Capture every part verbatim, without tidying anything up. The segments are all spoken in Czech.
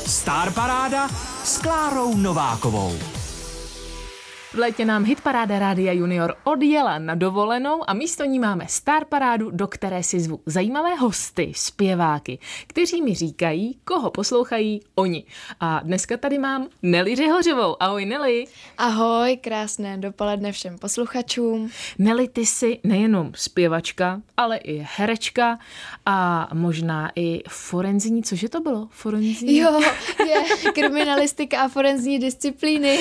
Star Paráda s Klárou Novákovou. V létě nám hitparáda Rádia Junior odjela na dovolenou a místo ní máme Star Parádu, do které si zvu zajímavé hosty, zpěváky, kteří mi říkají, koho poslouchají oni. A dneska tady mám Nelly Řehořovou. Ahoj Nelly. Ahoj, krásné dopoledne všem posluchačům. Nelly, ty jsi nejenom zpěvačka, ale i herečka a možná i forenzní, cože to bylo? Forenzní? Jo, je kriminalistika a forenzní disciplíny.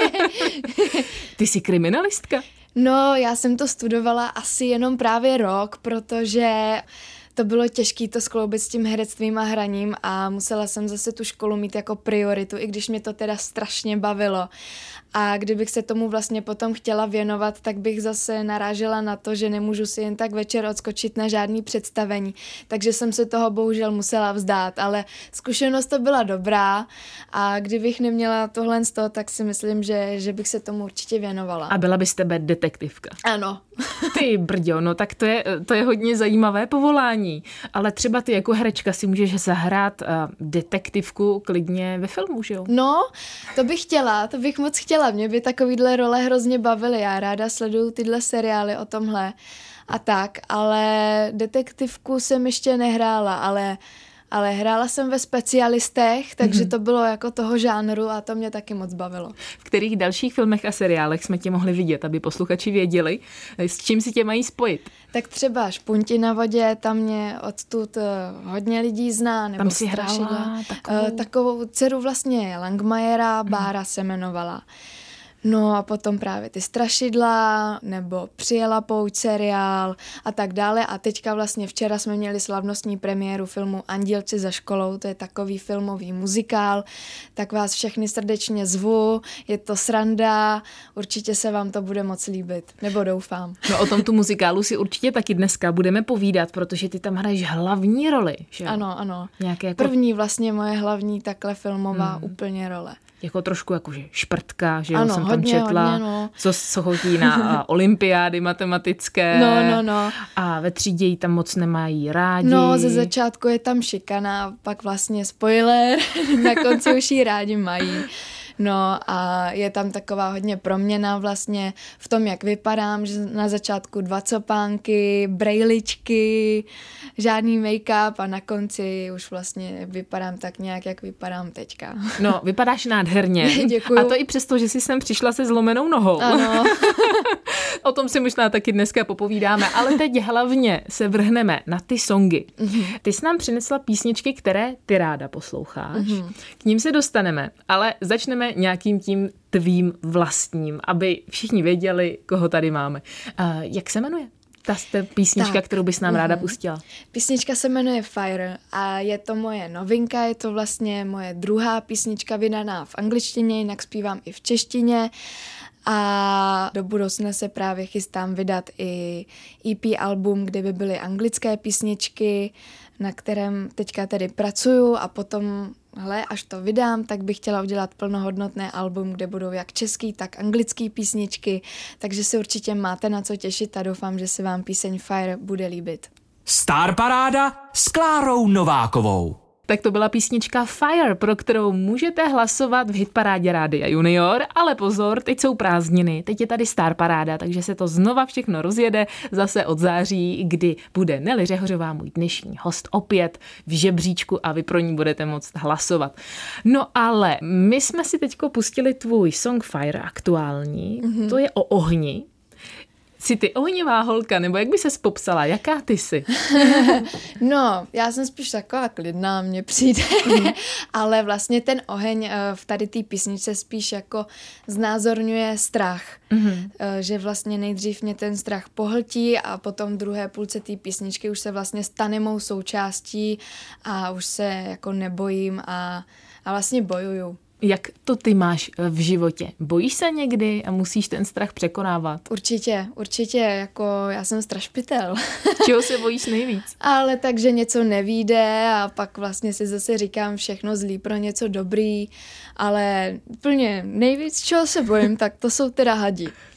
Ty jsi kriminalistka? No, já jsem to studovala asi jenom právě rok, protože to bylo těžké to skloubit s tím herectvím a hraním a musela jsem zase tu školu mít jako prioritu, i když mě to teda strašně bavilo. A kdybych se tomu vlastně potom chtěla věnovat, tak bych zase narážela na to, že nemůžu si jen tak večer odskočit na žádný představení. Takže jsem se toho bohužel musela vzdát, ale zkušenost to byla dobrá a kdybych neměla tohle z toho, tak si myslím, že, že bych se tomu určitě věnovala. A byla by z tebe detektivka. Ano. Ty brďo, no tak to je, to je hodně zajímavé povolání, ale třeba ty jako herečka si můžeš zahrát uh, detektivku klidně ve filmu, že jo? No, to bych chtěla, to bych moc chtěla, mě by takovýhle role hrozně bavily, já ráda sleduju tyhle seriály o tomhle a tak, ale detektivku jsem ještě nehrála, ale ale hrála jsem ve Specialistech, takže mm-hmm. to bylo jako toho žánru a to mě taky moc bavilo. V kterých dalších filmech a seriálech jsme tě mohli vidět, aby posluchači věděli, s čím si tě mají spojit? Tak třeba Špunti na vodě, tam mě odtud hodně lidí zná. Nebo tam si hrála takovou... takovou dceru vlastně Langmajera, Bára se jmenovala. No a potom právě ty Strašidla, nebo Přijela pouť seriál a tak dále. A teďka vlastně včera jsme měli slavnostní premiéru filmu Andělci za školou, to je takový filmový muzikál, tak vás všechny srdečně zvu, je to sranda, určitě se vám to bude moc líbit, nebo doufám. No o tom tu muzikálu si určitě taky dneska budeme povídat, protože ty tam hraješ hlavní roli, že? Ano, ano. Nějaké jako... První vlastně moje hlavní takhle filmová hmm. úplně role. Jako trošku jakože šprtka, že jo, ano, jsem hodně, tam četla, hodně, no. co, co chodí na olympiády matematické. No, no, no. A ve třídě ji tam moc nemají rádi. No, ze začátku je tam šikana, pak vlastně spoiler, na konci už ji rádi mají. No a je tam taková hodně proměna vlastně v tom, jak vypadám, že na začátku dva copánky, brejličky, žádný make-up a na konci už vlastně vypadám tak nějak, jak vypadám teďka. No, vypadáš nádherně. Děkuju. A to i přesto, že jsi sem přišla se zlomenou nohou. Ano. O tom si možná taky dneska popovídáme, ale teď hlavně se vrhneme na ty songy. Mm-hmm. Ty jsi nám přinesla písničky, které ty ráda posloucháš. Mm-hmm. K ním se dostaneme, ale začneme nějakým tím tvým vlastním, aby všichni věděli, koho tady máme. Uh, jak se jmenuje ta, ta písnička, tak, kterou bys nám mm-hmm. ráda pustila? Písnička se jmenuje Fire a je to moje novinka, je to vlastně moje druhá písnička vydaná v angličtině, jinak zpívám i v češtině. A do budoucna se právě chystám vydat i E P album, kde by byly anglické písničky, na kterém teďka tedy pracuju a potom, hle, až to vydám, tak bych chtěla udělat plnohodnotné album, kde budou jak český, tak anglický písničky, takže se určitě máte na co těšit a doufám, že se vám píseň Fire bude líbit. Star Paráda s Klárou Novákovou. Tak to byla písnička Fire, pro kterou můžete hlasovat v hitparádě Rádia Junior, ale pozor, teď jsou prázdniny, teď je tady Star Paráda, takže se to znova všechno rozjede zase od září, kdy bude Nelly Řehořová, můj dnešní host, opět v žebříčku a vy pro ní budete moct hlasovat. No ale my jsme si teďko pustili tvůj song Fire aktuální, mm-hmm. to je o ohni. Jsi ty ohnivá holka, nebo jak by ses popsala? Jaká ty jsi? No, já jsem spíš taková klidná, mně přijde, mm. ale vlastně ten oheň v tady té písničce spíš jako znázorňuje strach, mm. že vlastně nejdřív mě ten strach pohltí a potom v druhé půlce té písničky už se vlastně stane mou součástí a už se jako nebojím a, a vlastně bojuju. Jak to ty máš v životě? Bojíš se někdy a musíš ten strach překonávat? Určitě, určitě, jako já jsem strašpitel. Čeho se bojíš nejvíc? Ale takže něco nevyjde a pak vlastně si zase říkám všechno zlý pro něco dobrý, ale úplně nejvíc, čeho se bojím, tak to jsou teda hadi.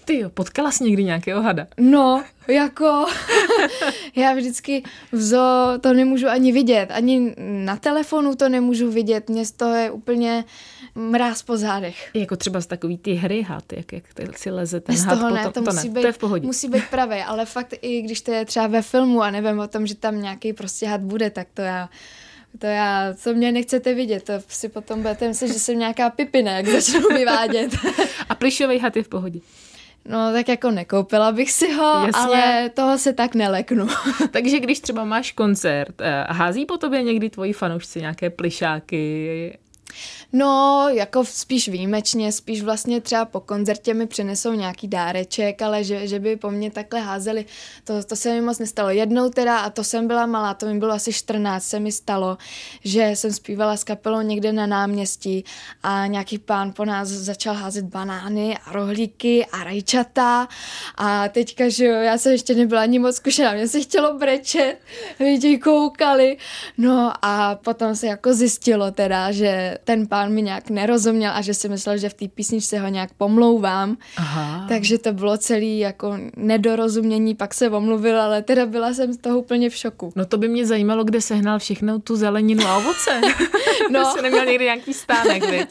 Ty jo, potkala jsi někdy nějakého hada? No, jako já vždycky v zoo to nemůžu ani vidět, ani na telefonu to nemůžu vidět, mě z toho je úplně mráz po zádech. Jako třeba z takový ty hry had, jak, jak si leze ten z had toho potom, ne, to, to musí ne, být, to je v pohodě. Musí být pravý, ale fakt i když to je třeba ve filmu a nevím o tom, že tam nějaký prostě had bude, tak to já To já, co mě nechcete vidět, to si potom budete myslet, že jsem nějaká pipina, jak začnu vyvádět. A plyšový had je v pohodě? No tak jako nekoupila bych si ho, Jasně. ale toho se tak neleknu. Takže když třeba máš koncert, hází po tobě někdy tvoji fanoušci nějaké plyšáky? No, jako spíš výjimečně, spíš vlastně třeba po koncertě mi přinesou nějaký dáreček, ale že, že by po mně takhle házeli, to, to se mi moc nestalo. Jednou teda, a to jsem byla malá, to mi bylo asi čtrnáct, se mi stalo, že jsem zpívala s kapelou někde na náměstí a nějaký pán po nás začal házet banány a rohlíky a rajčata a teďka, že jo, já jsem ještě nebyla ani moc zkušená, mě se chtělo brečet, lidi koukali, no a potom se jako zjistilo teda, že ten pán mi nějak nerozuměl a že si myslel, že v té písničce ho nějak pomlouvám. Aha. Takže to bylo celý jako nedorozumění, pak se omluvil, ale teda byla jsem z toho úplně v šoku. No to by mě zajímalo, kde sehnal všechno tu zeleninu a ovoce. No. Jsi neměl někdy nějaký stánek, viď?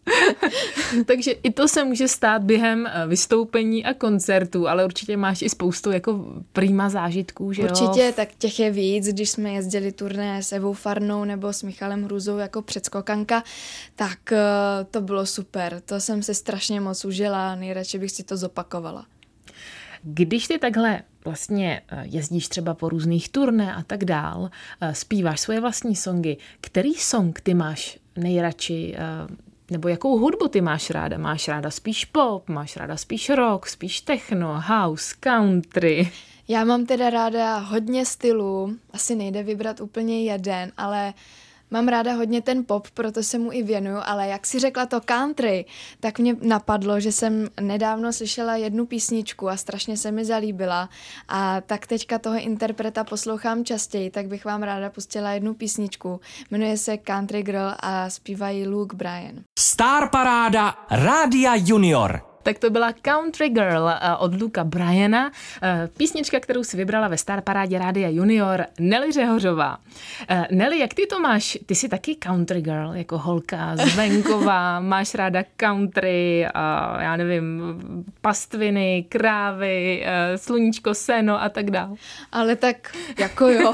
Takže i to se může stát během vystoupení a koncertů, ale určitě máš i spoustu jako prýma zážitků, že jo? Určitě, tak těch je víc, když jsme jezdili turné s Evou Farnou nebo s Michalem Hrůzou jako předskokanka, tak to bylo super. To jsem si strašně moc užila, nejradši bych si to zopakovala. Když ty takhle vlastně jezdíš třeba po různých turné a tak dál, zpíváš svoje vlastní songy, který song ty máš nejradši, nebo jakou hudbu ty máš ráda? Máš ráda spíš pop, máš ráda spíš rock, spíš techno, house, country? Já mám teda ráda hodně stylů, asi nejde vybrat úplně jeden, ale mám ráda hodně ten pop, proto se mu i věnuju, ale jak si řekla to country, tak mě napadlo, že jsem nedávno slyšela jednu písničku a strašně se mi zalíbila a tak teďka toho interpreta poslouchám častěji, tak bych vám ráda pustila jednu písničku. Jmenuje se Country Girl a zpívají Luke Bryan. Star Paráda Rádia Junior. Tak to byla Country Girl od Luka Bryana, písnička, kterou si vybrala ve Star Parádě Rádia Junior Nelly Řehořová. Nelly, jak ty to máš? Ty jsi taky country girl, jako holka z venkova, máš ráda country, a já nevím, pastviny, krávy, sluníčko, seno a tak dále. Ale tak jako jo,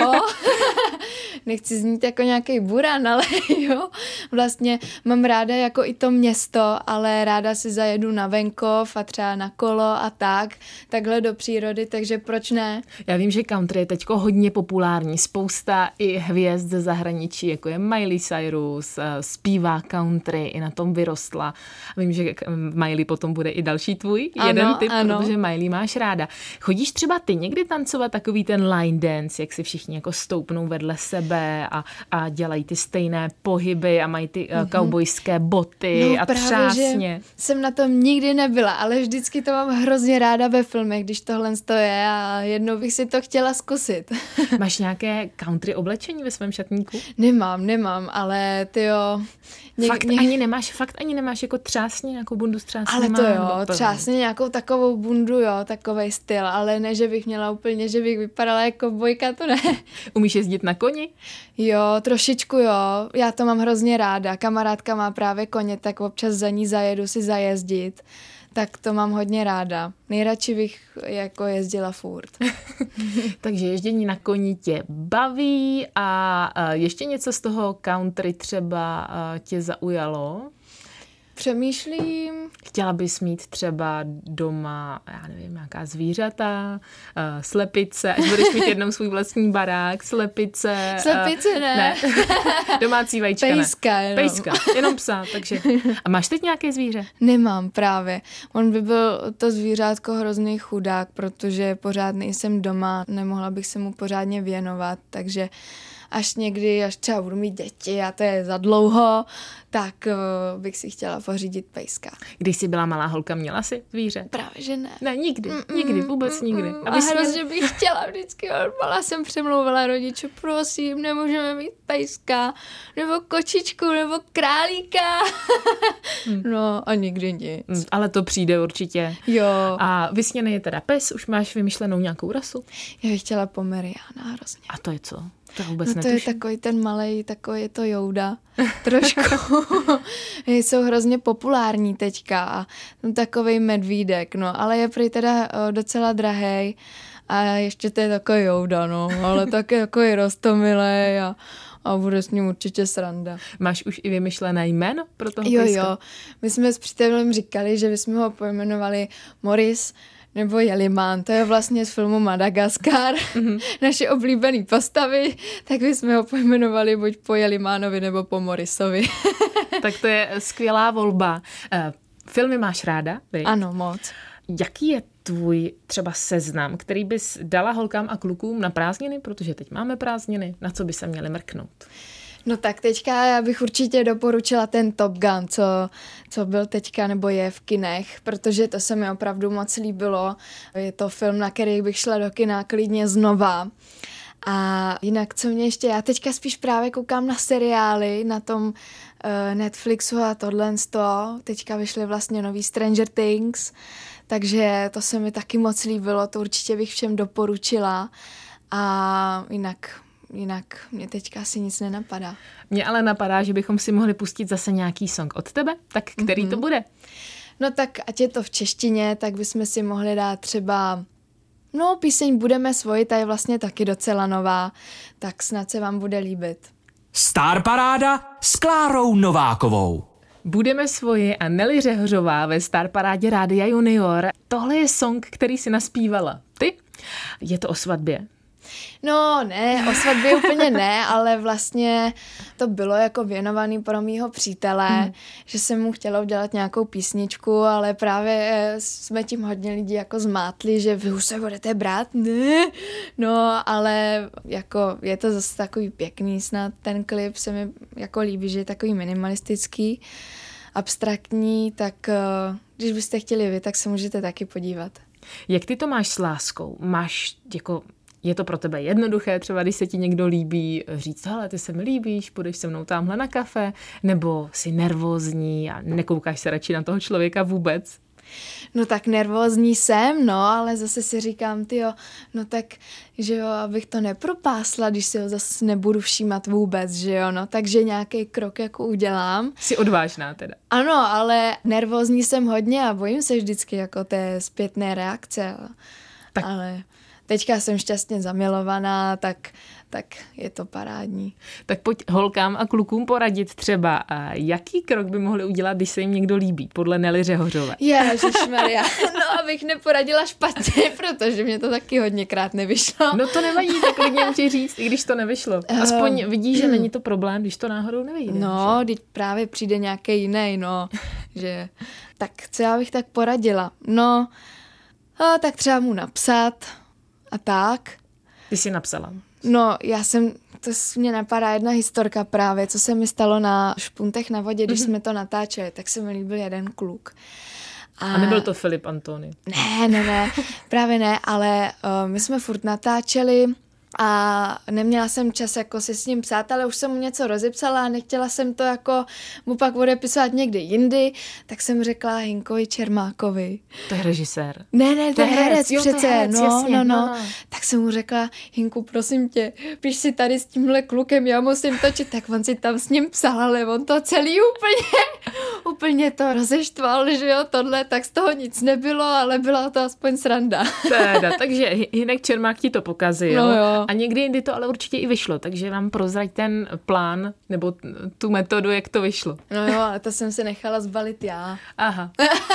nechci znít jako nějaký buran, ale jo, vlastně mám ráda jako i to město, ale ráda si zajedu na venku a třeba na kolo a tak, takhle do přírody, takže proč ne? Já vím, že country je teďko hodně populární, spousta i hvězd ze zahraničí, jako je Miley Cyrus, zpívá country, i na tom vyrostla. Vím, že Miley potom bude i další tvůj ano, jeden typ, ano. Protože Miley máš ráda. Chodíš třeba ty někdy tancovat takový ten line dance, jak si všichni jako stoupnou vedle sebe a, a dělají ty stejné pohyby a mají ty mm-hmm. kaubojské boty no, a právě, třásně. Jsem na tom nikdy nebyla, ale vždycky to mám hrozně ráda ve filmech, když tohle je a jednou bych si to chtěla zkusit. Máš nějaké country oblečení ve svém šatníku? Nemám, nemám, ale tyjo... Něk, fakt něk... ani nemáš, fakt ani nemáš jako třásně, nějakou bundu s třásně? Ale to jo, třásně nějakou takovou bundu, jo, takovej styl, ale ne, že bych měla úplně, že bych vypadala jako bojka, to ne. Umíš jezdit na koni? Jo, trošičku jo, já to mám hrozně ráda, kamarádka má právě koně, tak občas za ní zajedu si zajezdit. Tak to mám hodně ráda. Nejradši bych jako jezdila furt. Takže ježdění na koni tě baví a ještě něco z toho country třeba tě zaujalo? Přemýšlím. Chtěla bys mít třeba doma, já nevím, nějaká zvířata, uh, slepice, až budeš mít jednou svůj vlastní barák, slepice. Slepice uh, ne. ne. Domácí vajíčka Pejska ne. jenom. Pejska, jenom psa, takže. A máš teď nějaké zvíře? Nemám právě. On by byl to zvířátko hrozný chudák, protože pořád nejsem doma, nemohla bych se mu pořádně věnovat, takže až někdy, až třeba budu mít děti a to je za dlouho, tak uh, bych si chtěla pořídit pejska. Když jsi byla malá holka, měla jsi zvíře? Právě, že ne. Ne, nikdy, Mm-mm, nikdy, vůbec nikdy. Mm-mm. A, A hrozně bych chtěla vždycky, od malá jsem přemlouvala rodiče, prosím, nemůžeme mít pejska, nebo kočičku, nebo králíka. hmm. No a nikdy nic. Ale to přijde určitě. Jo. A vysněný je teda pes, už máš vymyšlenou nějakou rasu? Já bych chtěla pomeriána hrozně. A to je co? To vůbec no to netuším. je takový ten malej, takový je to Jouda. Trošku. Jsou hrozně populární teďka a no, takovej medvídek, no, ale je prý teda o, docela drahej a ještě to je takový Jouda, no, ale taky takový roztomilej a, a bude s ním určitě sranda. Máš už i vymyšlené jméno pro toho Jo, pejska? jo. My jsme s přítelem říkali, že bychom ho pojmenovali Morris nebo Jelimán, to je vlastně z filmu Madagaskar, mm-hmm. naše oblíbené postavy, tak bychom ho pojmenovali buď po Jelimánovi nebo po Morrisovi. Tak to je skvělá volba. Uh, filmy máš ráda, vy? Ano, moc. Jaký je tvůj třeba seznam, který bys dala holkám a klukům na prázdniny, protože teď máme prázdniny, na co by se měli mrknout? No tak teďka já bych určitě doporučila ten Top Gun, co, co byl teďka nebo je v kinech, protože to se mi opravdu moc líbilo. Je to film, na který bych šla do kina klidně znova. A jinak, co mě ještě, já teďka spíš právě koukám na seriály, na tom uh, Netflixu a tohle z toho. Teďka vyšly vlastně nový Stranger Things, takže to se mi taky moc líbilo, to určitě bych všem doporučila. A jinak... Jinak mě teďka asi nic nenapadá. Mně ale napadá, že bychom si mohli pustit zase nějaký song od tebe, tak který mm-hmm. to bude? No tak ať je to v češtině, tak bychom si mohli dát třeba, no píseň Budeme svoji, ta je vlastně taky docela nová, tak snad se vám bude líbit. Star Paráda s Klárou Novákovou. Budeme svoji a Nelly Řehořová ve Star Parádě Rádia Junior. Tohle je song, který si naspívala ty. Je to o svatbě. No ne, o svatbě úplně ne, ale vlastně to bylo jako věnovaný pro mýho přítele, hmm. že jsem mu chtěla udělat nějakou písničku, ale právě jsme tím hodně lidí jako zmátli, že vy už se budete brát, ne, no ale jako je to zase takový pěkný snad, ten klip se mi jako líbí, že je takový minimalistický, abstraktní, tak když byste chtěli vy, tak se můžete taky podívat. Jak ty to máš s láskou? Máš jako... Je to pro tebe jednoduché, třeba když se ti někdo líbí, říct, hele, ty se mi líbíš, půjdeš se mnou tamhle na kafe, nebo jsi nervózní a nekoukáš se radši na toho člověka vůbec? No tak nervózní jsem, no, ale zase si říkám, tyjo, no tak, že jo, abych to nepropásla, když si ho zase nebudu všímat vůbec, že jo, no, takže nějaký krok jako udělám. Jsi odvážná teda. Ano, ale nervózní jsem hodně a bojím se vždycky jako té zpětné reakce, tak. Ale... Teďka jsem šťastně zamilovaná, tak, tak je to parádní. Tak pojď holkám a klukům poradit třeba, a jaký krok by mohli udělat, když se jim někdo líbí, podle Nelly Řehořové. Ježišmarja, no abych neporadila špatně, protože mě to taky hodněkrát nevyšlo. No to nevadí, tak klidně můžeš říct, i když to nevyšlo. Aspoň vidíš, že není to problém, když to náhodou nevyjde. No, teď právě přijde nějaký jiný, no, že... Tak co já bych tak poradila? No, a tak třeba mu napsat... A tak. Ty jsi napsala. No, já jsem, to mě napadá jedna historka právě, co se mi stalo na Špuntech na vodě, když mm-hmm. jsme to natáčeli, tak se mi líbil jeden kluk. A, a nebyl to Filip Antony? Ne, ne, ne, právě ne, ale uh, my jsme furt natáčeli a neměla jsem čas jako se s ním psát, ale už jsem mu něco rozepsala a nechtěla jsem to jako mu pak odepisovat někdy jindy, tak jsem řekla Hinkovi Čermákovi. To je režisér. Ne, ne, to je herec, jo, přece, herec, no, jasně, no, no, no, no. Tak jsem mu řekla, Hinku, prosím tě, píš si tady s tímhle klukem, já musím točit, tak on si tam s ním psal, ale on to celý úplně, úplně to rozeštval, že jo, tohle, tak z toho nic nebylo, ale byla to aspoň sranda. Teda, takže Hinek Čermák ti to pokazil. No jo. A někdy jindy to ale určitě i vyšlo, takže vám prozrať ten plán nebo tu metodu, jak to vyšlo. No jo, ale to jsem se nechala zbalit já. Aha.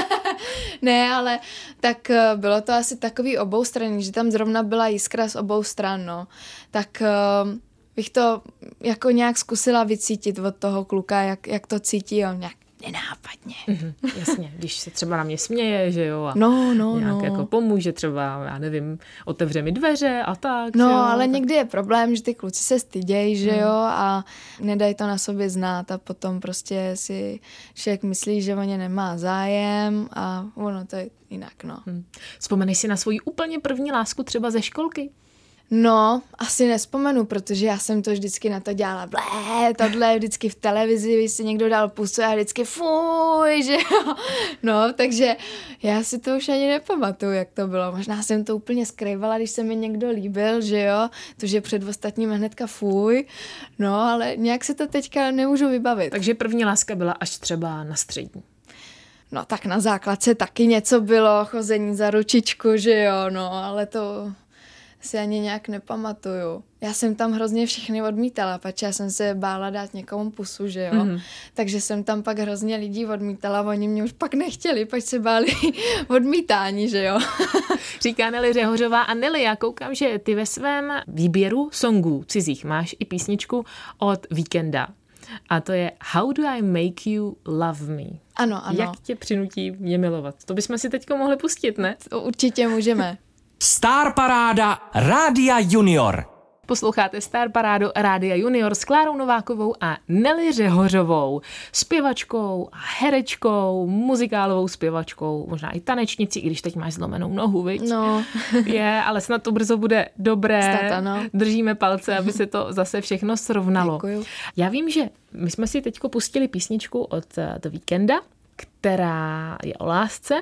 Ne, ale tak bylo to asi takový oboustranný, že tam zrovna byla jiskra z obou stran, no. Tak bych to jako nějak zkusila vycítit od toho kluka, jak, jak to cítí on, nějak nenápadně. Mm-hmm, jasně, když se třeba na mě směje, že jo, a no, no, nějak no. jako pomůže třeba, já nevím, otevře mi dveře a tak. No, jo, ale tak... někdy je problém, že ty kluci se stydějí, že jo, a nedají to na sobě znát a potom prostě si člověk myslí, že o ně nemá zájem a ono to je jinak, no. Hmm. Vzpomeneš si na svoji úplně první lásku třeba ze školky? No, asi nespomenu, protože já jsem to vždycky na to dělala, blé, tohle vždycky v televizi, když si někdo dal pusu a vždycky fuj, že jo. No, takže já si to už ani nepamatuju, jak to bylo. Možná jsem to úplně skrývala, když se mi někdo líbil, že jo, to, že před ostatními hnedka fuj, no, ale nějak se to teďka nemůžu vybavit. Takže první láska byla až třeba na střední. No, tak na základce taky něco bylo, chození za ručičku, že jo, no, ale to... si ani nějak nepamatuju. Já jsem tam hrozně všechny odmítala, protože já jsem se bála dát někomu pusu, že jo. Mm. Takže jsem tam pak hrozně lidí odmítala, oni mě už pak nechtěli, pak se báli odmítání, že jo. Říká Nelly Řehořová. A Nelly, já koukám, že ty ve svém výběru songů cizích máš i písničku od Weekenda. A to je How do I make you love me? Ano, ano. Jak tě přinutí mě milovat? To bychom si teďko mohli pustit, ne? To určitě můžeme. Star Paráda Rádia Junior. Posloucháte Star Parádu Rádia Junior s Klárou Novákovou a Nelly Řehořovou, zpěvačkou, herečkou, muzikálovou zpěvačkou, možná i tanečnicí, i když teď máš zlomenou nohu, viď? No. Je, ale snad to brzo bude dobré. Snad ano. Držíme palce, aby se to zase všechno srovnalo. Děkuju. Já vím, že my jsme si teďko pustili písničku od The Weekenda, která je o lásce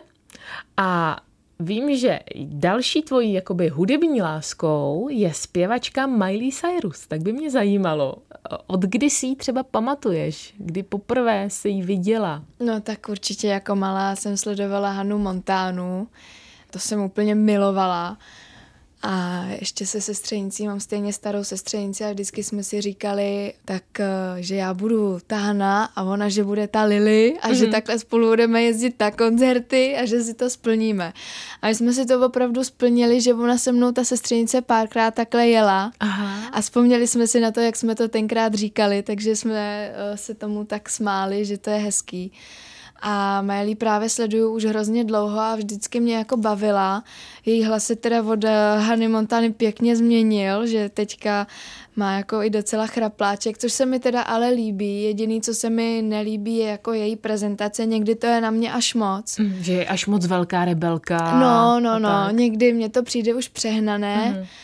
a vím, že další tvojí jakoby hudební láskou je zpěvačka Miley Cyrus. Tak by mě zajímalo, od kdy si ji třeba pamatuješ? Kdy poprvé jsi ji viděla? No tak určitě jako malá jsem sledovala Hannah Montanu. To jsem úplně milovala. A ještě se sestřenicí, mám stejně starou sestřenici a vždycky jsme si říkali, tak, že já budu ta Hana a ona, že bude ta Lily a mm-hmm. že takhle spolu budeme jezdit na koncerty a že si to splníme. A my jsme si to opravdu splnili, že ona se mnou, ta sestřenice, párkrát takhle jela. Aha. A vzpomněli jsme si na to, jak jsme to tenkrát říkali, takže jsme se tomu tak smáli, že to je hezký. A Miley právě sleduju už hrozně dlouho a vždycky mě jako bavila. Její hlas se teda od Hany Montany pěkně změnil, že teďka má jako i docela chrapláček, což se mi teda ale líbí. Jediný, co se mi nelíbí, je jako její prezentace. Někdy to je na mě až moc. Mm, že je až moc velká rebelka. No, no, no. Někdy mně to přijde už přehnané. Mm.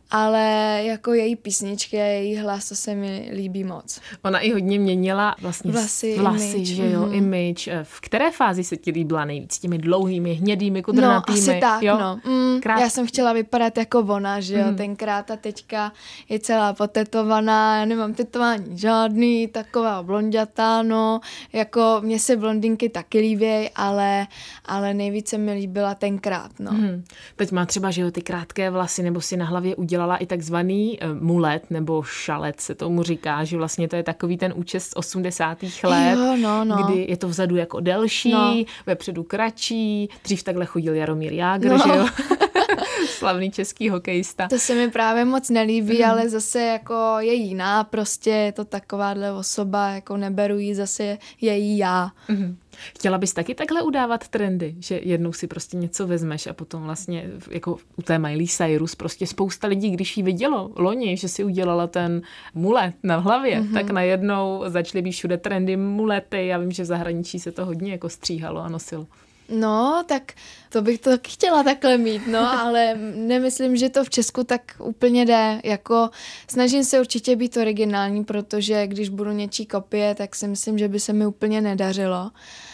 Ale jako její písničky a její hlas, to se mi líbí moc. Ona i hodně měnila vlastně vlasy, vlasy image. že jo, mm-hmm. image. V které fázi se ti líbila nejvíc? Těmi dlouhými, hnědými, kudrnatými? No, asi tak, jo? no. Mm, já jsem chtěla vypadat jako ona, že jo, mm. tenkrát a teďka je celá potetovaná, já nemám tetování žádný, taková blonďatá, no, jako mně se blondinky taky líběj, ale, ale nejvíce mi líbila tenkrát, no. Mm. Teď má třeba, že jo, ty krátké vlasy, nebo si na hlavě udělala i takzvaný mulet, nebo šalec se tomu říká, že vlastně to je takový ten účes z osmdesátých let, jo, no, no. kdy je to vzadu jako delší, no. vepředu kratší, dřív takhle chodil Jaromír Jágr, no. že jo? Slavný český hokejista. To se mi právě moc nelíbí, mm. ale zase jako je jiná, prostě je to takováhle osoba, jako neberu jí, zase její já. Mm. Chtěla bys taky takhle udávat trendy, že jednou si prostě něco vezmeš a potom vlastně jako u té Miley Cyrus prostě spousta lidí, když jí vidělo loni, že si udělala ten mulet na hlavě, mm-hmm. tak najednou začaly být všude trendy mulety. Já vím, že v zahraničí se to hodně jako stříhalo a nosilo. No, tak to bych to taky chtěla takhle mít, no, ale nemyslím, že to v Česku tak úplně jde. Jako snažím se určitě být originální, protože když budu něčí kopie, tak si myslím, že by se mi úplně nedařilo.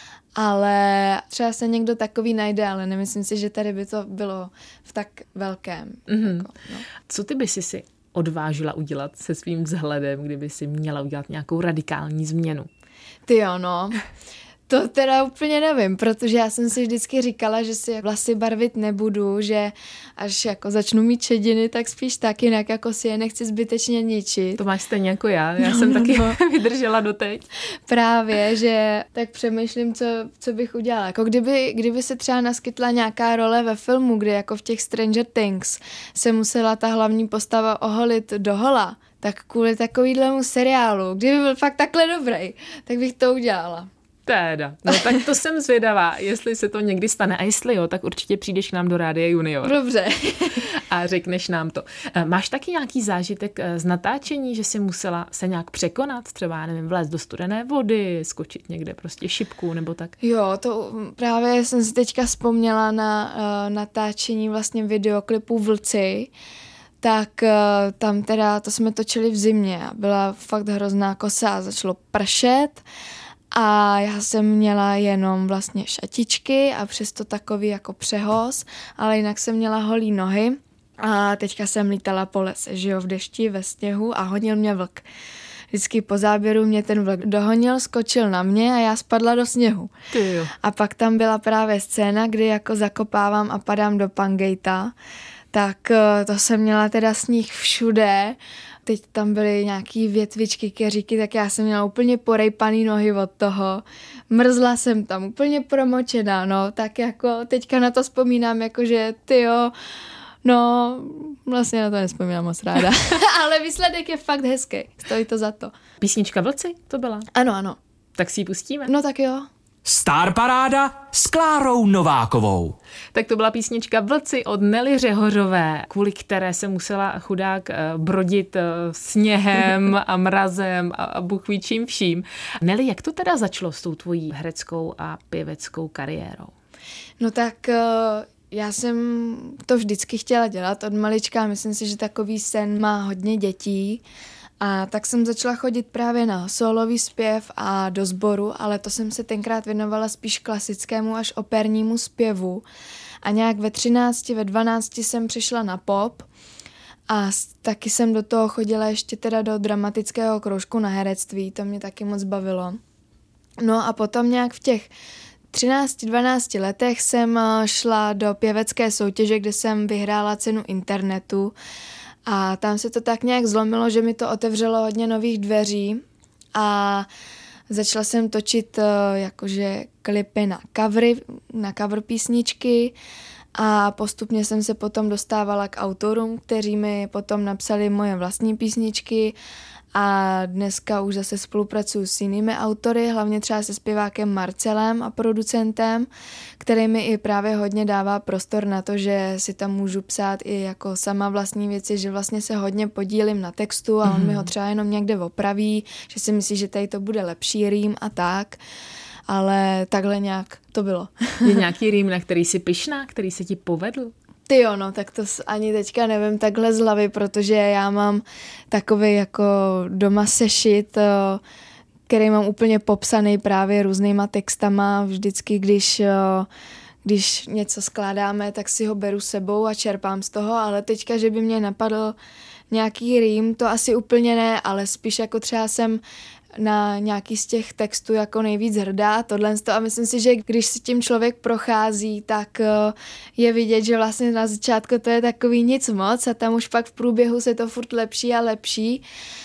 Ale třeba se někdo takový najde, ale nemyslím si, že tady by to bylo v tak velkém. Mm-hmm. Jako, no. Co ty by si si odvážila udělat se svým vzhledem, kdyby si měla udělat nějakou radikální změnu? Ty jo, no. To teda úplně nevím, protože já jsem si vždycky říkala, že si vlasy barvit nebudu, že až jako začnu mít šediny, tak spíš tak, jinak jako si je nechci zbytečně ničit. To máš stejně jako já, já no, jsem no, taky no. vydržela doteď. Právě, že tak přemýšlím, co, co bych udělala. Jako kdyby, kdyby se třeba naskytla nějaká role ve filmu, kde jako v těch Stranger Things se musela ta hlavní postava oholit dohola, tak kvůli takovýhlemu seriálu, kdyby byl fakt takhle dobrý, tak bych to udělala. Téda. No tak to jsem zvědavá, jestli se to někdy stane. A jestli jo, tak určitě přijdeš k nám do Rádia Junior. Dobře. A řekneš nám to. Máš taky nějaký zážitek z natáčení, že jsi musela se nějak překonat? Třeba, já nevím, vlézt do studené vody, skočit někde prostě šipku nebo tak? Jo, to právě jsem si teďka vzpomněla na uh, natáčení vlastně videoklipu Vlci. Tak uh, tam teda, to jsme točili v zimě a byla fakt hrozná kosa a začalo pršet. A já jsem měla jenom vlastně šatičky a přesto takový jako přehoz, ale jinak jsem měla holý nohy a teďka jsem lítala po lese, že jo, v dešti, ve sněhu a honil mě vlk. Vždycky po záběru mě ten vlk dohonil, skočil na mě a já spadla do sněhu. Ty jo. A pak tam byla právě scéna, kdy jako zakopávám a padám do Pangejta, tak to jsem měla teda sníh všude. Teď tam byly nějaký větvičky, keříky, tak já jsem měla úplně porejpaný nohy od toho. Mrzla jsem tam, úplně promočená, no, tak jako teďka na to vzpomínám, jakože tyjo, no, vlastně na to nespomínám moc ráda, ale výsledek je fakt hezký, stojí to za to. Písnička Vlci to byla? Ano, ano. Tak si ji pustíme? No tak jo. Star Paráda s Klárou Novákovou. Tak to byla písnička Vlci od Nelly Řehořové, kvůli které se musela chudák brodit sněhem a mrazem a Bůh ví čím vším. Nelly, jak to teda začalo s tou tvojí hereckou a pěveckou kariérou? No tak já jsem to vždycky chtěla dělat od malička. Myslím si, že takový sen má hodně dětí. A tak jsem začala chodit právě na sólový zpěv a do sboru, ale to jsem se tenkrát věnovala spíš klasickému až opernímu zpěvu. A nějak ve třinácti, ve dvanácti jsem přišla na pop a taky jsem do toho chodila ještě teda do dramatického kroužku na herectví, to mě taky moc bavilo. No a potom nějak v těch třinácti dvanácti letech jsem šla do pěvecké soutěže, kde jsem vyhrála cenu internetu. A tam se to tak nějak zlomilo, že mi to otevřelo hodně nových dveří a začala jsem točit uh, jakože klipy na covery, na cover písničky a postupně jsem se potom dostávala k autorům, kteří mi potom napsali moje vlastní písničky a dneska už zase spolupracuju s jinými autory, hlavně třeba se zpěvákem Marcelem a producentem, který mi i právě hodně dává prostor na to, že si tam můžu psát i jako sama vlastní věci, že vlastně se hodně podílím na textu a on mm-hmm. mi ho třeba jenom někde opraví, že si myslí, že tady to bude lepší rým a tak, ale takhle nějak to bylo. Je nějaký rým, na který jsi pyšná, který se ti povedl? Ty jo, no, tak to ani teďka nevím takhle z hlavy, protože já mám takový jako doma sešit, který mám úplně popsaný právě různýma textama. Vždycky, když, když něco skládáme, tak si ho beru sebou a čerpám z toho, ale teďka, že by mě napadl nějaký rým, to asi úplně ne, ale spíš jako třeba jsem na nějaký z těch textů jako nejvíc hrdá, tohle a myslím si, že když si tím člověk prochází, tak je vidět, že vlastně na začátku to je takový nic moc a tam už pak v průběhu se to furt lepší a lepší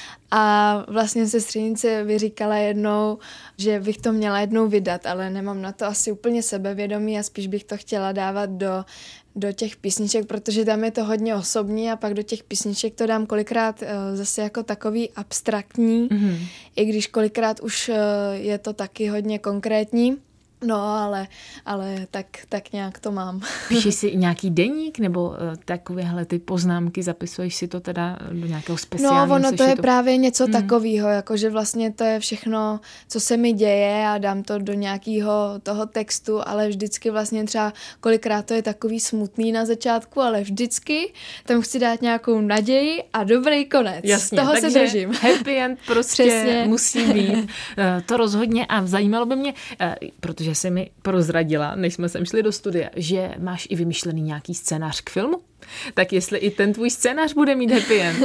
a vlastně sestřenice vyříkala jednou, že bych to měla jednou vydat, ale nemám na to asi úplně sebevědomí a spíš bych to chtěla dávat do do těch písniček, protože tam je to hodně osobní a pak do těch písniček to dám kolikrát uh, zase jako takový abstraktní, mm-hmm. i když kolikrát už uh, je to taky hodně konkrétní. No, ale, ale tak, tak nějak to mám. Píšeš si nějaký deník nebo uh, takovéhle ty poznámky, zapisuješ si to teda do nějakého speciálního No, ono sešitu? to je právě něco hmm. takového, jakože vlastně to je všechno, co se mi děje a dám to do nějakého toho textu, ale vždycky vlastně třeba kolikrát to je takový smutný na začátku, ale vždycky tam chci dát nějakou naději a dobrý konec. Jasně, z toho takže se držím. Happy end prostě Přesně. musí být. Uh, to rozhodně a zajímalo by mě, uh, protože že jsi mi prozradila, než jsme sem šli do studia, že máš i vymyšlený nějaký scénář k filmu? Tak jestli i ten tvůj scénář bude mít happy end.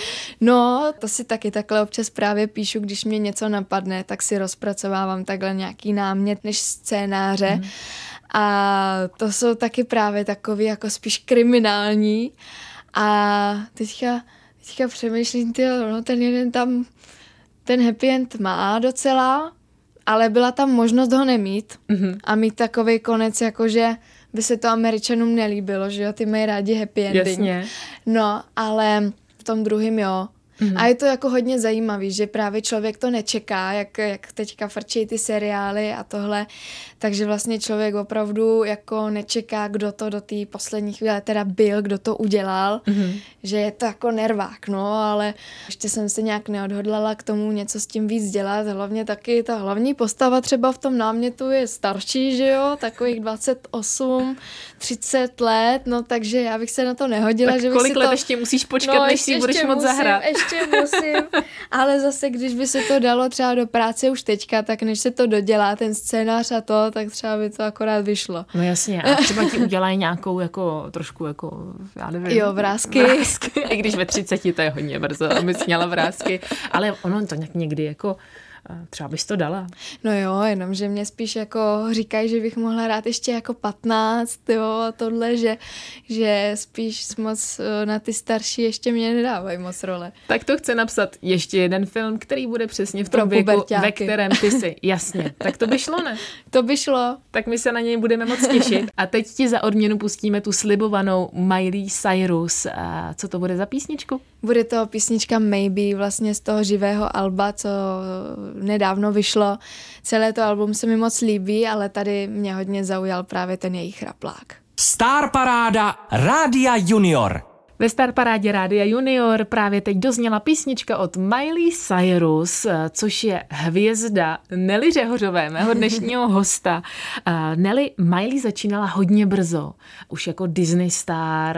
No, to si taky takhle občas právě píšu, když mě něco napadne, tak si rozpracovávám takhle nějaký námět než scénáře. Mm. A to jsou taky právě takový jako spíš kriminální. A teďka, teďka přemýšlím, tyjo, no ten jeden tam, ten happy end má docela, ale byla tam možnost ho nemít mm-hmm. a mít takovej konec, jakože by se to Američanům nelíbilo, že jo, ty mají rádi happy ending. Jasně. No, ale v tom druhém jo. Mm. A je to jako hodně zajímavý, že právě člověk to nečeká, jak, jak teďka frčí ty seriály a tohle, takže vlastně člověk opravdu jako nečeká, kdo to do té poslední chvíle teda byl, kdo to udělal, mm. že je to jako nervák, no, ale ještě jsem se nějak neodhodlala k tomu něco s tím víc dělat, hlavně taky ta hlavní postava třeba v tom námětu je starší, že jo, takových dvacet osm, třicet let, no takže já bych se na to nehodila, tak že bych kolik si let to... ještě musíš počkat, no, než si budeš moc zahrát? Ještě musím, ale zase, když by se to dalo třeba do práce už teďka, tak než se to dodělá, ten scénář a to, tak třeba by to akorát vyšlo. No jasně, a třeba ti udělají nějakou jako, trošku jako, já nevím. Jo, vrásky. vrásky. I když ve třiceti to je hodně brzo, aby jsi měla vrásky, ale ono to nějak někdy jako třeba bys to dala. No jo, jenom, že mě spíš jako říkají, že bych mohla hrát ještě jako patnáct, jo, a tohle, že, že spíš moc na ty starší ještě mě nedávají moc role. Tak to chce napsat ještě jeden film, který bude přesně v tom věku, ve kterém ty jsi. Jasně, tak to by šlo, ne? To by šlo. Tak my se na něj budeme moc těšit. A teď ti za odměnu pustíme tu slibovanou Miley Cyrus. A co to bude za písničku? Bude to písnička Maybe, vlastně z toho živého alba, co nedávno vyšlo. Celé to album se mi moc líbí, ale tady mě hodně zaujal právě ten jejich chraplák. Star Paráda Rádia Junior. Ve Star Parádě Rádia Junior právě teď dozněla písnička od Miley Cyrus, což je hvězda Nelly Řehořové, mého dnešního hosta. Nelly Miley začínala hodně brzo, už jako Disney star,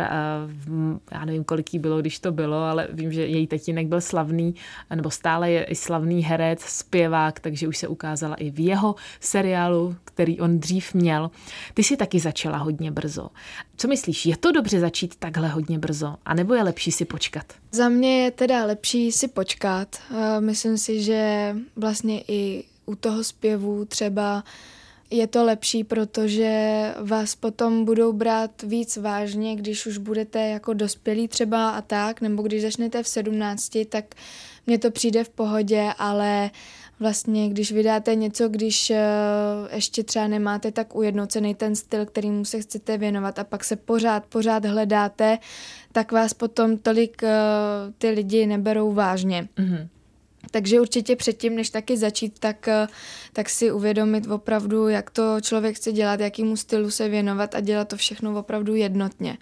já nevím, kolik jí bylo, když to bylo, ale vím, že její tatínek byl slavný, nebo stále je i slavný herec, zpěvák, takže už se ukázala i v jeho seriálu, který on dřív měl. Ty jsi taky začala hodně brzo. Co myslíš, je to dobře začít takhle hodně brzo? A nebo je lepší si počkat? Za mě je teda lepší si počkat. Myslím si, že vlastně i u toho zpěvu třeba je to lepší, protože vás potom budou brát víc vážně, když už budete jako dospělí třeba a tak, nebo když začnete v sedmnácti, tak mně to přijde v pohodě, ale vlastně, když vydáte něco, když uh, ještě třeba nemáte tak ujednocený ten styl, kterýmu se chcete věnovat a pak se pořád, pořád hledáte, tak vás potom tolik uh, ty lidi neberou vážně. Mm-hmm. Takže určitě předtím, než taky začít, tak, uh, tak si uvědomit opravdu, jak to člověk chce dělat, jakýmu stylu se věnovat a dělat to všechno opravdu jednotně.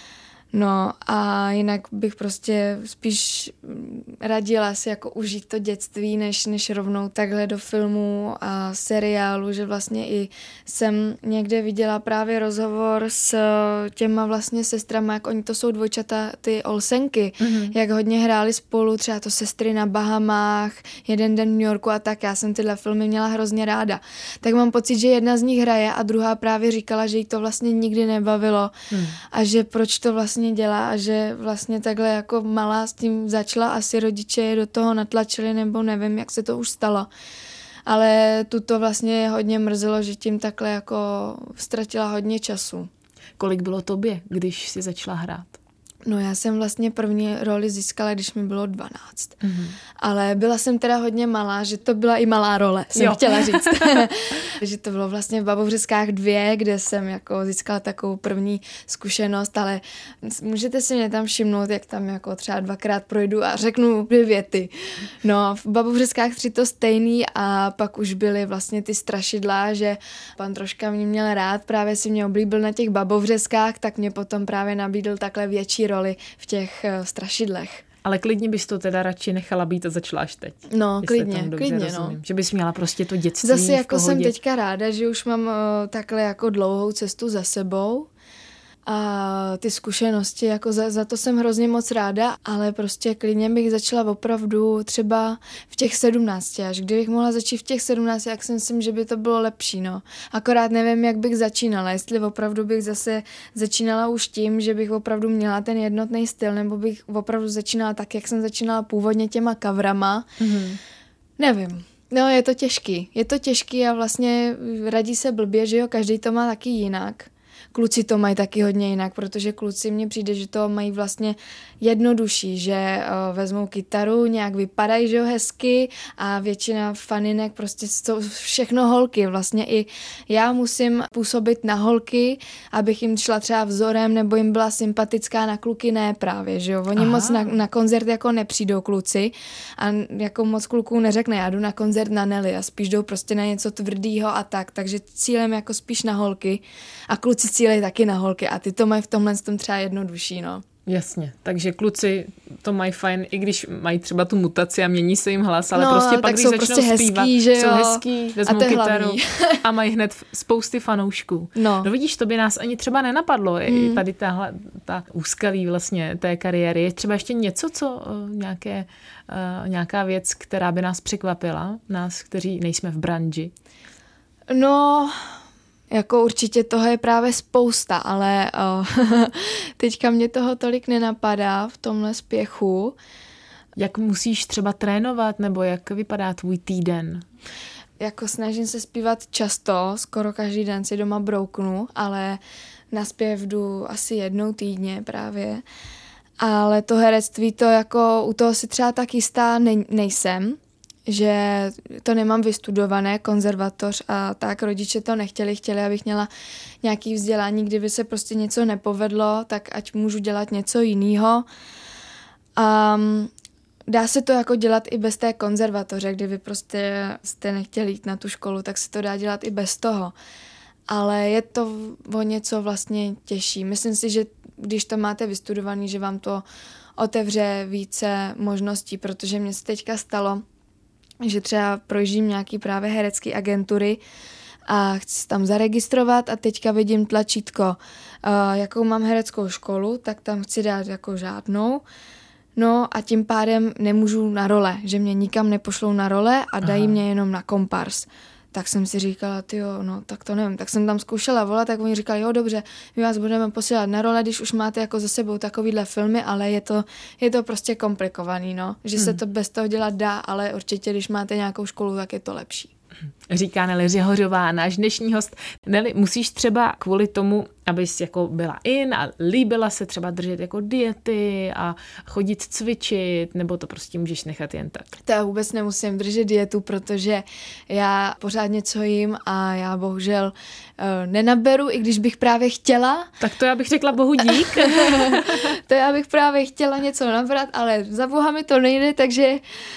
No a jinak bych prostě spíš radila si jako užít to dětství, než, než rovnou takhle do filmu a seriálu, že vlastně i jsem někde viděla právě rozhovor s těma vlastně sestrama, jak oni to jsou dvojčata, ty Olsenky, mm-hmm. jak hodně hráli spolu, třeba to Sestry na Bahamách, Jeden den v New Yorku a tak, já jsem tyhle filmy měla hrozně ráda. Tak mám pocit, že jedna z nich hraje a druhá právě říkala, že jí to vlastně nikdy nebavilo mm. a že proč to vlastně dělá a že vlastně takhle jako malá s tím začala, asi rodiče je do toho natlačili nebo nevím, jak se to už stalo. Ale tuto vlastně hodně mrzelo, že tím takhle jako ztratila hodně času. Kolik bylo tobě, když jsi začala hrát? No já jsem vlastně první roli získala, když mi bylo dvanáct. Mm-hmm. Ale byla jsem teda hodně malá, že to byla i malá role, jsem jo. chtěla říct. Že to bylo vlastně v Babovřeskách dvě, kde jsem jako získala takovou první zkušenost, ale můžete si mě tam všimnout, jak tam jako třeba dvakrát projdu a řeknu dvě věty. No v Babovřeskách tři to stejný a pak už byly vlastně ty strašidla, že pan troška mě měl rád, právě si mě oblíbil na těch Babovřeskách, tak mě potom právě nabídl takhle větší roli v těch uh, strašidlech. Ale klidně bys to teda radši nechala být a začala až teď. No, klidně, klidně, no. Že bys měla prostě to dětství Zase jako v jsem teďka ráda, že už mám uh, takhle jako dlouhou cestu za sebou a ty zkušenosti, jako za, za to jsem hrozně moc ráda, ale prostě klidně bych začala opravdu třeba v těch sedmnácti, až kdybych mohla začít v těch sedmnácti, jak si myslím, že by to bylo lepší, no. Akorát nevím, jak bych začínala, jestli opravdu bych zase začínala už tím, že bych opravdu měla ten jednotný styl, nebo bych opravdu začínala tak, jak jsem začínala původně těma coverama. Mm-hmm. Nevím. No, je to těžký. Je to těžký a vlastně radí se blbě, že jo, každý to má taky jinak. kluci to mají taky hodně jinak, protože kluci mně přijde, že to mají vlastně jednodušší, že uh, vezmou kytaru, nějak vypadají, že jo, hezky a většina faninek prostě jsou všechno holky. Vlastně i já musím působit na holky, abych jim šla třeba vzorem nebo jim byla sympatická, na kluky ne právě, že jo. Oni Aha. moc na, na koncert jako nepřijdou kluci a jako moc kluků neřekne, já jdu na koncert na Nelly a spíš jdou prostě na něco tvrdýho a tak, takže cílem jako spíš na holky a kluci cílejí taky na holky a ty to mají v tomhle tom třeba jednodušší, no. Jasně, takže kluci to mají fajn, i když mají třeba tu mutaci a mění se jim hlas, ale no, prostě pak, když jsou začnou prostě zpívat, hezký, že jo? jsou hezký, vezmou a kytaru a mají hned spousty fanoušků. No. no vidíš, to by nás ani třeba nenapadlo, hmm. i tady tahle, ta úskalí vlastně té kariéry. Je třeba ještě něco, co nějaké, uh, nějaká věc, která by nás překvapila, nás, kteří nejsme v branži? No... Jako určitě toho je právě spousta, ale oh, teďka mě toho tolik nenapadá v tomhle spěchu. Jak musíš třeba trénovat, nebo jak vypadá tvůj týden? Jako snažím se zpívat často, skoro každý den si doma brouknu, ale na zpěv jdu asi jednou týdně právě. Ale to herectví, to jako u toho si třeba tak jistá ne- nejsem, že to nemám vystudované, konzervatoř a tak, rodiče to nechtěli, chtěli, abych měla nějaký vzdělání, kdyby se prostě něco nepovedlo, tak ať můžu dělat něco jiného. Um, dá se to jako dělat i bez té konzervatoře, kdyby prostě jste nechtěli jít na tu školu, tak se to dá dělat i bez toho. Ale je to o něco vlastně těžší. Myslím si, že když to máte vystudovaný, že vám to otevře více možností, protože mě se teďka stalo, že třeba projíždím nějaký právě herecký agentury a chci se tam zaregistrovat a teďka vidím tlačítko, uh, jakou mám hereckou školu, tak tam chci dát jako žádnou. No a tím pádem nemůžu na role, že mě nikam nepošlou na role a dají Aha. mě jenom na kompars. Tak jsem si říkala, tyjo, no tak to nevím. Tak jsem tam zkoušela volat, tak oni říkali, jo dobře, my vás budeme posílat na role, když už máte jako za sebou takovýhle filmy, ale je to, je to prostě komplikovaný, no. Že hmm. se to bez toho dělat dá, ale určitě, když máte nějakou školu, tak je to lepší. Říká Nelly Řehořová, náš dnešní host. Nelly, musíš třeba kvůli tomu, abys jako byla in a líbila se třeba držet jako diety a chodit cvičit, nebo to prostě můžeš nechat jen tak? To já vůbec nemusím držet dietu, protože já pořád něco jim a já bohužel uh, nenaberu, i když bych právě chtěla. Tak to já bych řekla bohu dík. To já bych právě chtěla něco nabrat, ale za boha mi to nejde, takže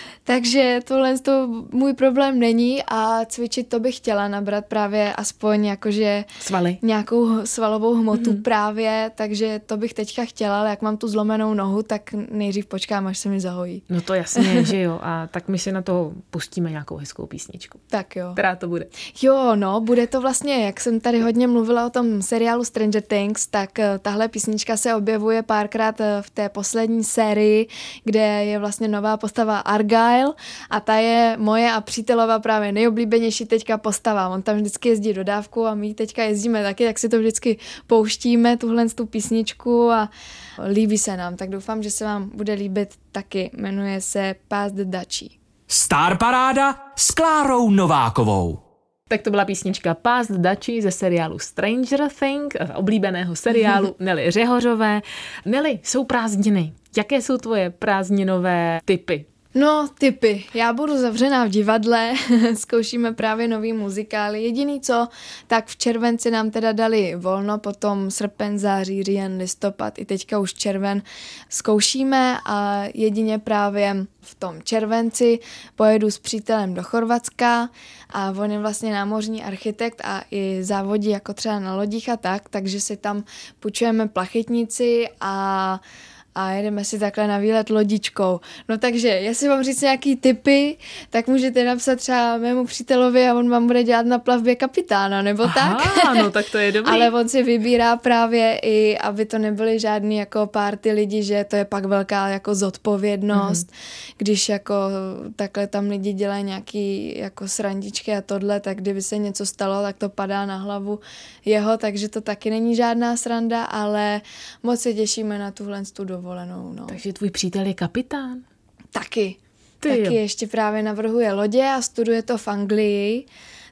Takže tohle to můj problém není a cvičit to bych chtěla nabrat právě aspoň jakože Svaly. Nějakou svalovou hmotu mm. právě, takže to bych teďka chtěla, ale jak mám tu zlomenou nohu, tak nejdřív počkám, až se mi zahojí. No to jasně, že jo, a tak my si na to pustíme nějakou hezkou písničku. Tak jo. Která to bude? Jo, no, bude to vlastně, jak jsem tady hodně mluvila o tom seriálu Stranger Things, tak tahle písnička se objevuje párkrát v té poslední sérii, kde je vlastně nová postava Argyle, a ta je moje a přítelova právě nejoblíbenější teďka postava. On tam vždycky jezdí do dávku a my teďka jezdíme taky, tak si to vždycky pouštíme, tuhle tu písničku a líbí se nám. Tak doufám, že se vám bude líbit taky. Jmenuje se Past the Dutchie. Star Paráda s Klárou Novákovou. Tak to byla písnička Past the Dutchie ze seriálu Stranger Things, oblíbeného seriálu Nelly Řehořové. Nelly, jsou prázdniny. Jaké jsou tvoje prázdninové tipy? No, tipy. Já budu zavřená v divadle, zkoušíme právě nový muzikály. Jediný co, tak v červenci nám teda dali volno, potom srpen, září, říjen, listopad, i teďka už červen zkoušíme a jedině právě v tom červenci pojedu s přítelem do Chorvatska a on je vlastně námořní architekt a i závodí jako třeba na lodích a tak, takže si tam půjčujeme plachetnici a a jedeme si takhle na výlet lodičkou. No takže, jestli vám říct nějaký tipy, tak můžete napsat třeba mému přítelovi a on vám bude dělat na plavbě kapitána, nebo Aha, tak. no tak to je dobrý. Ale on si vybírá právě i, aby to nebyly žádný jako party lidi, že to je pak velká jako zodpovědnost, mm-hmm. když jako takhle tam lidi dělají nějaký jako srandičky a tohle, tak kdyby se něco stalo, tak to padá na hlavu jeho, takže to taky není žádná sranda, ale moc se těšíme na tuhle tu dovolenou. No. Takže tvůj přítel je kapitán? Taky. Ty Taky jo. ještě právě navrhuje lodě a studuje to v Anglii,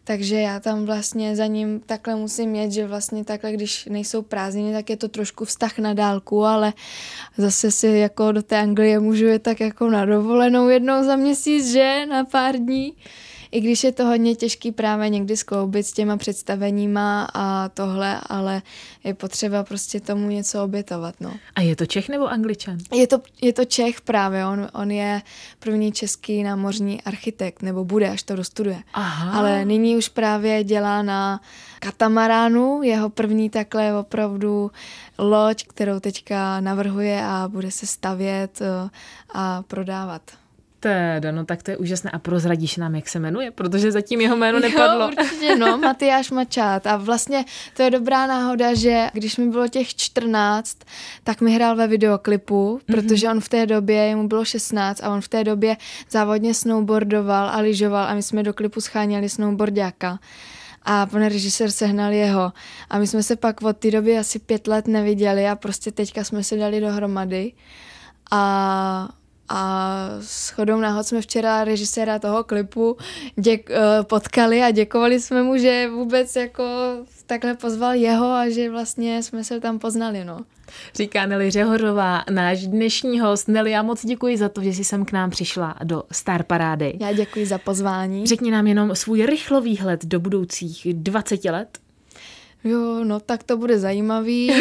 takže já tam vlastně za ním takhle musím jet, že vlastně takhle, když nejsou prázdniny, tak je to trošku vztah na dálku, ale zase si jako do té Anglie můžu jet tak jako na dovolenou jednou za měsíc, že? Na pár dní. I když je to hodně těžký právě někdy skloubit s těma představeníma a tohle, ale je potřeba prostě tomu něco obětovat, no. A je to Čech nebo Angličan? Je to, je to Čech právě, on, on je první český námořní architekt, nebo bude, až to dostuduje. Aha. Ale nyní už právě dělá na katamaránu, jeho první takhle opravdu loď, kterou teďka navrhuje a bude se stavět a prodávat. Teda, no tak to je úžasné. A prozradíš nám, jak se jmenuje? Protože zatím jeho jméno nepadlo. Jo, určitě, no, Matyáš Mačát. A vlastně to je dobrá náhoda, že když mi bylo těch čtrnáct, tak mi hrál ve videoklipu, protože on v té době, mu bylo šestnáct a on v té době závodně snowboardoval a lyžoval a my jsme do klipu scháněli snowboardáka. A pan režisér sehnal jeho. A my jsme se pak od té doby asi pět let neviděli a prostě teďka jsme se dali dohromady. A... A shodou náhod jsme včera režiséra toho klipu děk, potkali a děkovali jsme mu, že vůbec jako takhle pozval jeho a že vlastně jsme se tam poznali, no. Říká Nelly Řehořová, náš dnešní host. Nelly, já moc děkuji za to, že jsi sem k nám přišla do Star Parády. Já děkuji za pozvání. Řekni nám jenom svůj rychlový hled do budoucích dvaceti let. Jo, no tak to bude zajímavý.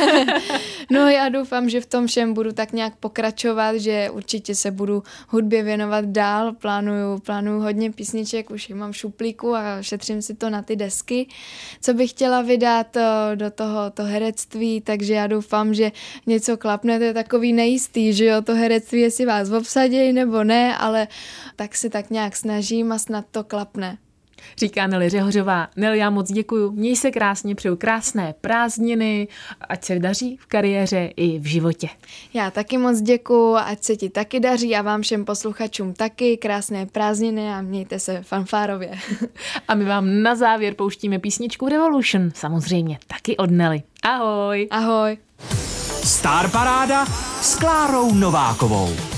No já doufám, že v tom všem budu tak nějak pokračovat, že určitě se budu hudbě věnovat dál, plánuju, plánuju hodně písniček, už je mám v šuplíku a šetřím si to na ty desky, co bych chtěla vydat do toho to herectví, takže já doufám, že něco klapne, to je takový nejistý, že jo, to herectví, jestli vás obsadějí nebo ne, ale tak se tak nějak snažím a snad to klapne. Říká Nelly Řehořová. Nelly, já moc děkuju. Měj se krásně, přeju krásné prázdniny, ať se daří v kariéře i v životě. Já taky moc děkuju, ať se ti taky daří a vám všem posluchačům taky krásné prázdniny a mějte se fanfárově. A my vám na závěr pouštíme písničku Revolution, samozřejmě taky od Nelly. Ahoj. Ahoj. Star Paráda s Klárou Novákovou.